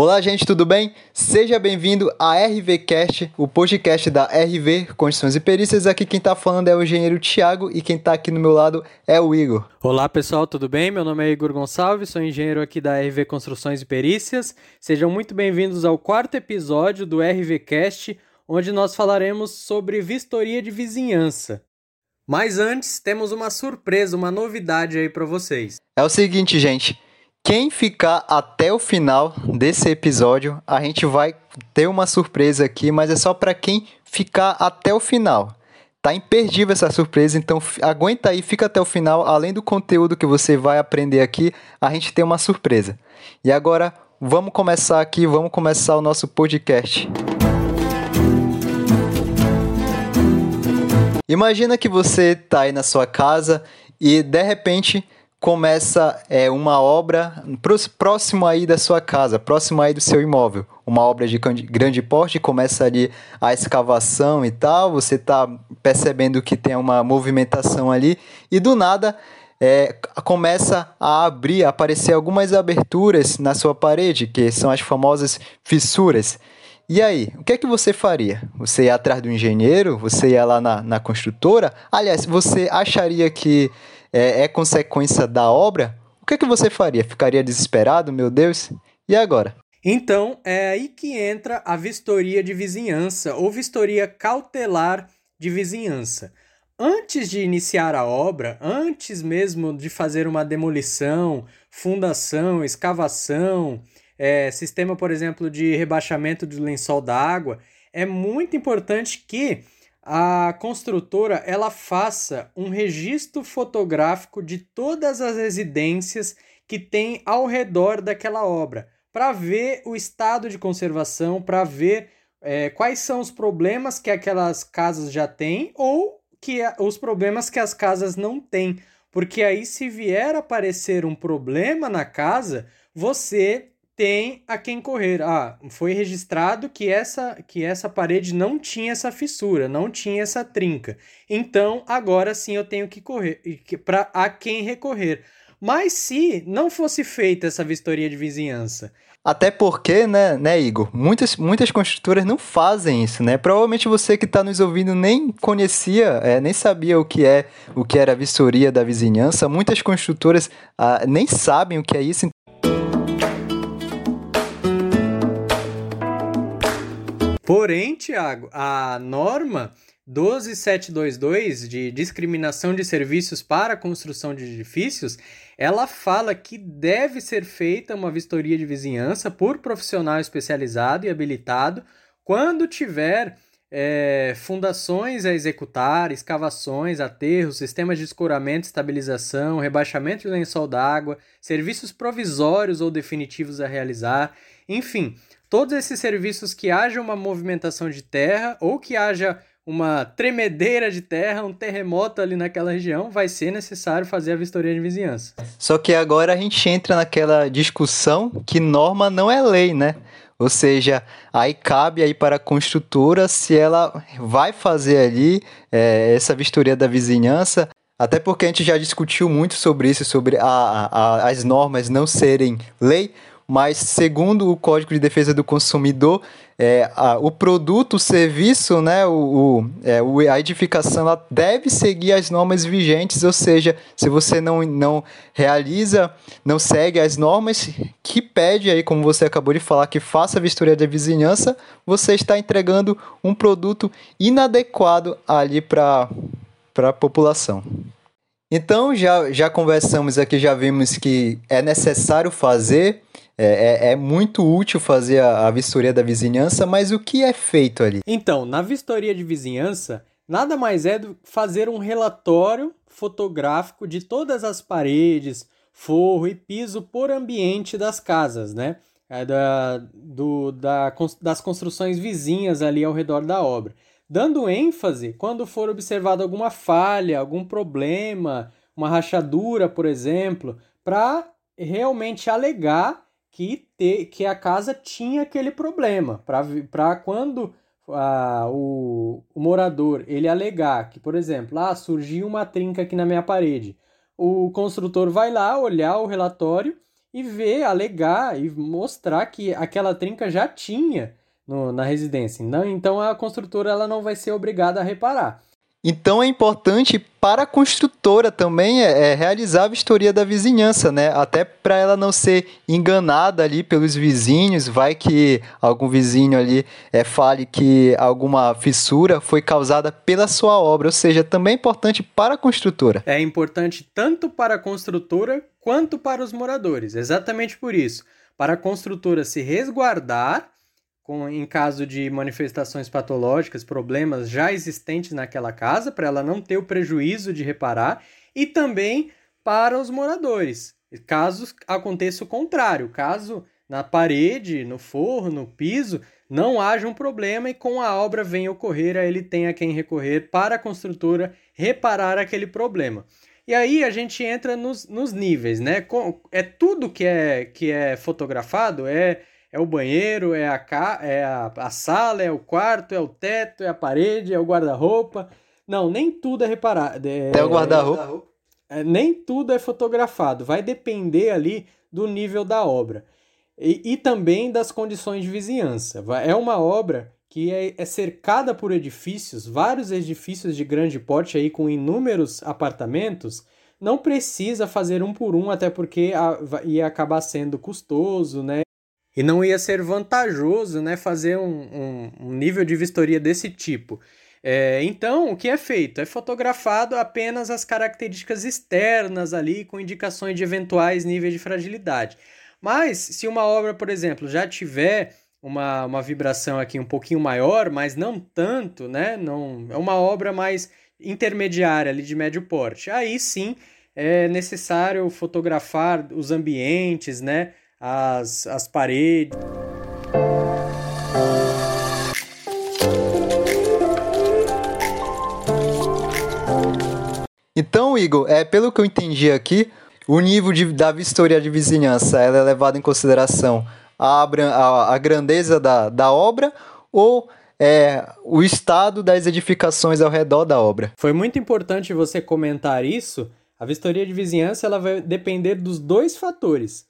Olá, gente, tudo bem? Seja bem-vindo a RVCast, o podcast da RV Construções e Perícias. Aqui quem tá falando é o engenheiro Thiago e quem tá aqui no meu lado é o Igor. Olá, pessoal, tudo bem? Meu nome é Igor Gonçalves, sou engenheiro aqui da RV Construções e Perícias. Sejam muito bem-vindos ao quarto episódio do RVCast, onde nós falaremos sobre vistoria de vizinhança. Mas antes, temos uma surpresa, uma novidade aí para vocês. É o seguinte, gente. Quem ficar até o final desse episódio, a gente vai ter uma surpresa aqui, mas é só para quem ficar até o final. Tá imperdível essa surpresa, então aguenta aí, fica até o final. Além do conteúdo que você vai aprender aqui, a gente tem uma surpresa. E agora, vamos começar o nosso podcast. Imagina que você tá aí na sua casa e, de repente, começa uma obra próximo aí da sua casa, próximo aí do seu imóvel. Uma obra de grande porte, começa ali a escavação e tal, você está percebendo que tem uma movimentação ali e do nada começa a aparecer algumas aberturas na sua parede, que são as famosas fissuras. E aí, o que é que você faria? Você ia atrás do engenheiro? Você ia lá na construtora? Aliás, você acharia que é consequência da obra? O que é que você faria? Ficaria desesperado, meu Deus? E agora? Então, é aí que entra a vistoria de vizinhança ou vistoria cautelar de vizinhança. Antes de iniciar a obra, antes mesmo de fazer uma demolição, fundação, escavação, sistema, por exemplo, de rebaixamento do lençol d'água, é muito importante que a construtora ela faça um registro fotográfico de todas as residências que tem ao redor daquela obra, para ver o estado de conservação, para ver quais são os problemas que aquelas casas já têm ou os problemas que as casas não têm. Porque aí, se vier aparecer um problema na casa, você tem a quem correr. Foi registrado que essa parede não tinha essa fissura, não tinha essa trinca. Então, agora sim eu tenho que correr, a quem recorrer. Mas se não fosse feita essa vistoria de vizinhança... Até porque, né, Igor? Muitas construtoras não fazem isso, né? Provavelmente você que está nos ouvindo nem conhecia, nem sabia o que era a vistoria da vizinhança. Muitas construtoras nem sabem o que é isso. Porém, Thiago, a norma 12722 de discriminação de serviços para a construção de edifícios, ela fala que deve ser feita uma vistoria de vizinhança por profissional especializado e habilitado quando tiver fundações a executar, escavações, aterros, sistemas de escoramento, estabilização, rebaixamento de lençol d'água, serviços provisórios ou definitivos a realizar, enfim, todos esses serviços que haja uma movimentação de terra ou que haja uma tremedeira de terra, um terremoto ali naquela região, vai ser necessário fazer a vistoria de vizinhança. Só que agora a gente entra naquela discussão que norma não é lei, né? Ou seja, aí cabe aí para a construtora se ela vai fazer ali essa vistoria da vizinhança, até porque a gente já discutiu muito sobre isso, sobre as normas não serem lei, mas segundo o Código de Defesa do Consumidor, o produto, o serviço, né, a edificação, ela deve seguir as normas vigentes, ou seja, se você não realiza, não segue as normas que pede aí, como você acabou de falar, que faça a vistoria da vizinhança, você está entregando um produto inadequado ali para a população. Então, já conversamos aqui, já vimos que é necessário fazer, é muito útil fazer a vistoria da vizinhança, mas o que é feito ali? Então, na vistoria de vizinhança, nada mais é do que fazer um relatório fotográfico de todas as paredes, forro e piso por ambiente das casas, né? Das construções vizinhas ali ao redor da obra. Dando ênfase quando for observado alguma falha, algum problema, uma rachadura, por exemplo, para realmente alegar que a casa tinha aquele problema, para quando o morador ele alegar que, por exemplo, surgiu uma trinca aqui na minha parede, o construtor vai lá olhar o relatório e ver, alegar e mostrar que aquela trinca já tinha na residência. Então a construtora ela não vai ser obrigada a reparar. Então é importante para a construtora também realizar a vistoria da vizinhança, né? Até para ela não ser enganada ali pelos vizinhos, vai que algum vizinho ali fale que alguma fissura foi causada pela sua obra, ou seja, também é importante para a construtora. É importante tanto para a construtora quanto para os moradores, exatamente por isso. Para a construtora se resguardar em caso de manifestações patológicas, problemas já existentes naquela casa, para ela não ter o prejuízo de reparar, e também para os moradores, caso aconteça o contrário, caso na parede, no forro, no piso, não haja um problema e com a obra venha ocorrer, aí ele tem a quem recorrer para a construtora reparar aquele problema. E aí a gente entra nos níveis, né? É tudo que é fotografado, é o banheiro, é a sala, é o quarto, é o teto, é a parede, é o guarda-roupa. Não, nem tudo é reparado. Até o guarda-roupa. Nem tudo é fotografado. Vai depender ali do nível da obra. E também das condições de vizinhança. É uma obra que é cercada por edifícios, vários edifícios de grande porte aí com inúmeros apartamentos. Não precisa fazer um por um, até porque ia acabar sendo custoso, né? E não ia ser vantajoso, né, fazer um nível de vistoria desse tipo. Então, o que é feito? É fotografado apenas as características externas ali, com indicações de eventuais níveis de fragilidade. Mas, se uma obra, por exemplo, já tiver uma vibração aqui um pouquinho maior, mas não tanto, né? Não, é uma obra mais intermediária ali de médio porte. Aí sim é necessário fotografar os ambientes, né? As paredes. Então, Igor, pelo que eu entendi aqui, o nível da vistoria de vizinhança ela é levado em consideração a grandeza da obra ou o estado das edificações ao redor da obra? Foi muito importante você comentar isso. A vistoria de vizinhança ela vai depender dos dois fatores.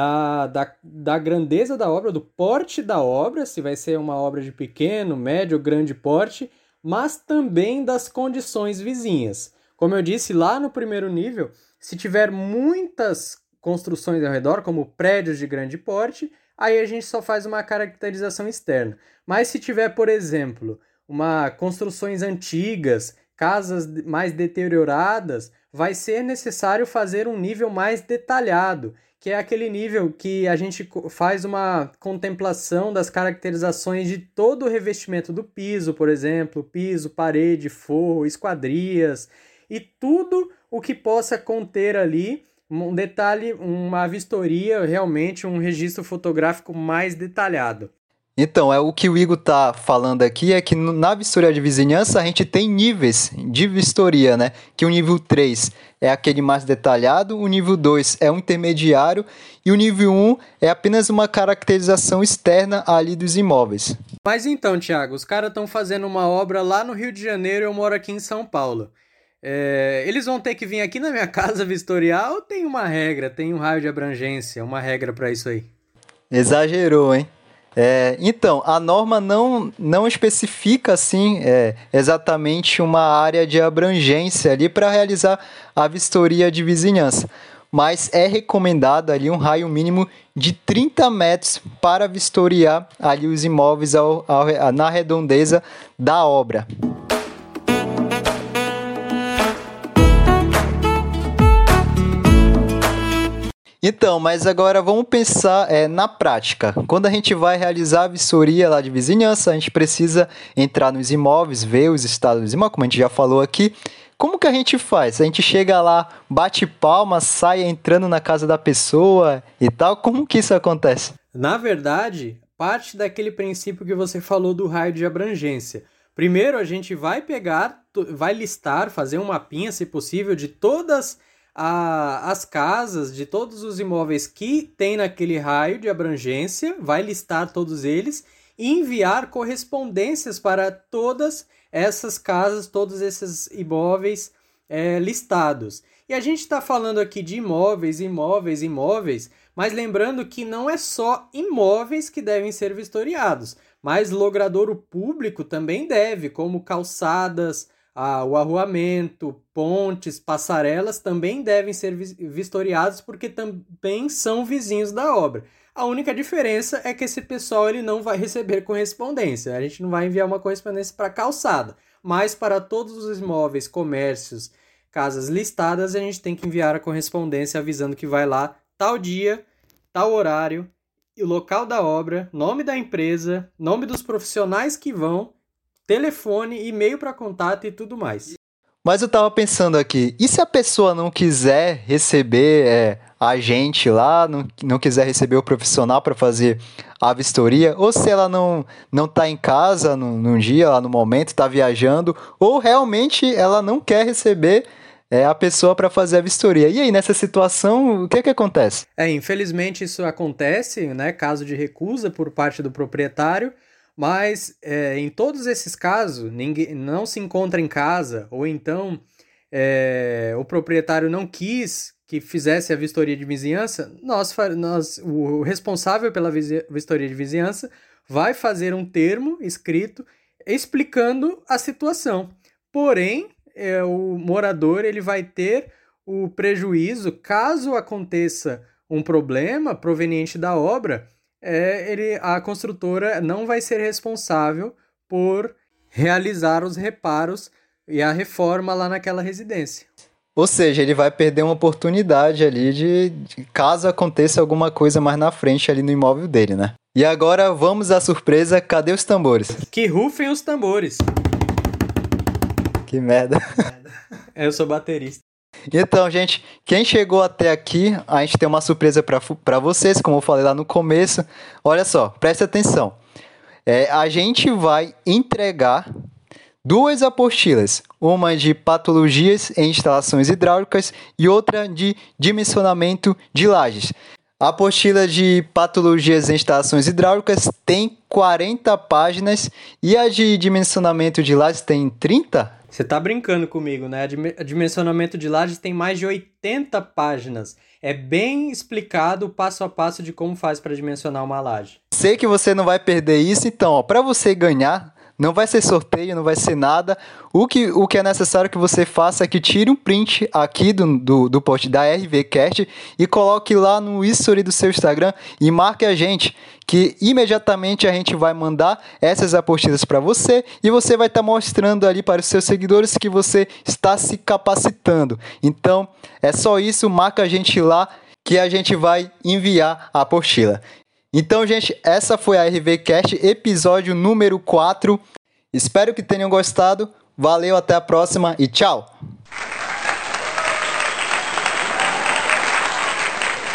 Da grandeza da obra, do porte da obra, se vai ser uma obra de pequeno, médio ou grande porte, mas também das condições vizinhas. Como eu disse lá no primeiro nível, se tiver muitas construções ao redor, como prédios de grande porte, aí a gente só faz uma caracterização externa. Mas se tiver, por exemplo, construções antigas, casas mais deterioradas, vai ser necessário fazer um nível mais detalhado, que é aquele nível que a gente faz uma contemplação das caracterizações de todo o revestimento do piso, por exemplo, piso, parede, forro, esquadrias, e tudo o que possa conter ali um detalhe, uma vistoria, realmente um registro fotográfico mais detalhado. Então, o que o Igor está falando aqui é que na vistoria de vizinhança a gente tem níveis de vistoria, né? Que o nível 3 é aquele mais detalhado, o nível 2 é um intermediário e o nível 1 é apenas uma caracterização externa ali dos imóveis. Mas então, Thiago, os caras estão fazendo uma obra lá no Rio de Janeiro e eu moro aqui em São Paulo. Eles vão ter que vir aqui na minha casa vistoriar ou tem uma regra, tem um raio de abrangência, uma regra para isso aí? Exagerou, hein? Então, a norma não especifica assim exatamente uma área de abrangência ali para realizar a vistoria de vizinhança, mas é recomendado ali um raio mínimo de 30 metros para vistoriar ali os imóveis na redondeza da obra. Então, mas agora vamos pensar na prática. Quando a gente vai realizar a vistoria lá de vizinhança, a gente precisa entrar nos imóveis, ver os estados dos imóveis, como a gente já falou aqui. Como que a gente faz? A gente chega lá, bate palma, sai entrando na casa da pessoa e tal? Como que isso acontece? Na verdade, parte daquele princípio que você falou do raio de abrangência. Primeiro, a gente vai vai listar, fazer um mapinha, se possível, de todas as casas, de todos os imóveis que tem naquele raio de abrangência, vai listar todos eles e enviar correspondências para todas essas casas, todos esses imóveis listados. E a gente está falando aqui de imóveis, imóveis, imóveis, mas lembrando que não é só imóveis que devem ser vistoriados, mas logradouro público também deve, como calçadas, o arruamento, pontes, passarelas também devem ser vistoriados porque também são vizinhos da obra. A única diferença é que esse pessoal ele não vai receber correspondência. A gente não vai enviar uma correspondência para calçada, mas para todos os imóveis, comércios, casas listadas, a gente tem que enviar a correspondência avisando que vai lá tal dia, tal horário, o local da obra, nome da empresa, nome dos profissionais que vão, telefone, e-mail para contato e tudo mais. Mas eu tava pensando aqui, e se a pessoa não quiser receber a gente lá, não quiser receber o profissional para fazer a vistoria, ou se ela não tá em casa num dia, lá no momento, tá viajando, ou realmente ela não quer receber a pessoa para fazer a vistoria. E aí, nessa situação, o que acontece? Infelizmente isso acontece, né, caso de recusa por parte do proprietário, mas em todos esses casos, ninguém não se encontra em casa, ou então o proprietário não quis que fizesse a vistoria de vizinhança, o responsável pela vistoria de vizinhança vai fazer um termo escrito explicando a situação. Porém, o morador ele vai ter o prejuízo, caso aconteça um problema proveniente da obra, a construtora não vai ser responsável por realizar os reparos e a reforma lá naquela residência. Ou seja, ele vai perder uma oportunidade ali de caso aconteça alguma coisa mais na frente ali no imóvel dele, né? E agora vamos à surpresa, cadê os tambores? Que rufem os tambores. Que merda. Eu sou baterista. Então, gente, quem chegou até aqui, a gente tem uma surpresa para vocês, como eu falei lá no começo. Olha só, preste atenção. A gente vai entregar 2 apostilas, uma de patologias em instalações hidráulicas e outra de dimensionamento de lajes. A apostila de patologias em instalações hidráulicas tem 40 páginas e a de dimensionamento de lajes tem 30? Você tá brincando comigo, né? A dimensionamento de lajes tem mais de 80 páginas. É bem explicado o passo a passo de como faz para dimensionar uma laje. Sei que você não vai perder isso, então, para você ganhar, não vai ser sorteio, não vai ser nada. O que é necessário que você faça é que tire um print aqui do post da RVCast e coloque lá no history do seu Instagram e marque a gente, que imediatamente a gente vai mandar essas apostilas para você e você vai estar mostrando ali para os seus seguidores que você está se capacitando. Então, é só isso, marca a gente lá que a gente vai enviar a apostila. Então, gente, essa foi a RVCast, episódio número 4. Espero que tenham gostado. Valeu, até a próxima e tchau!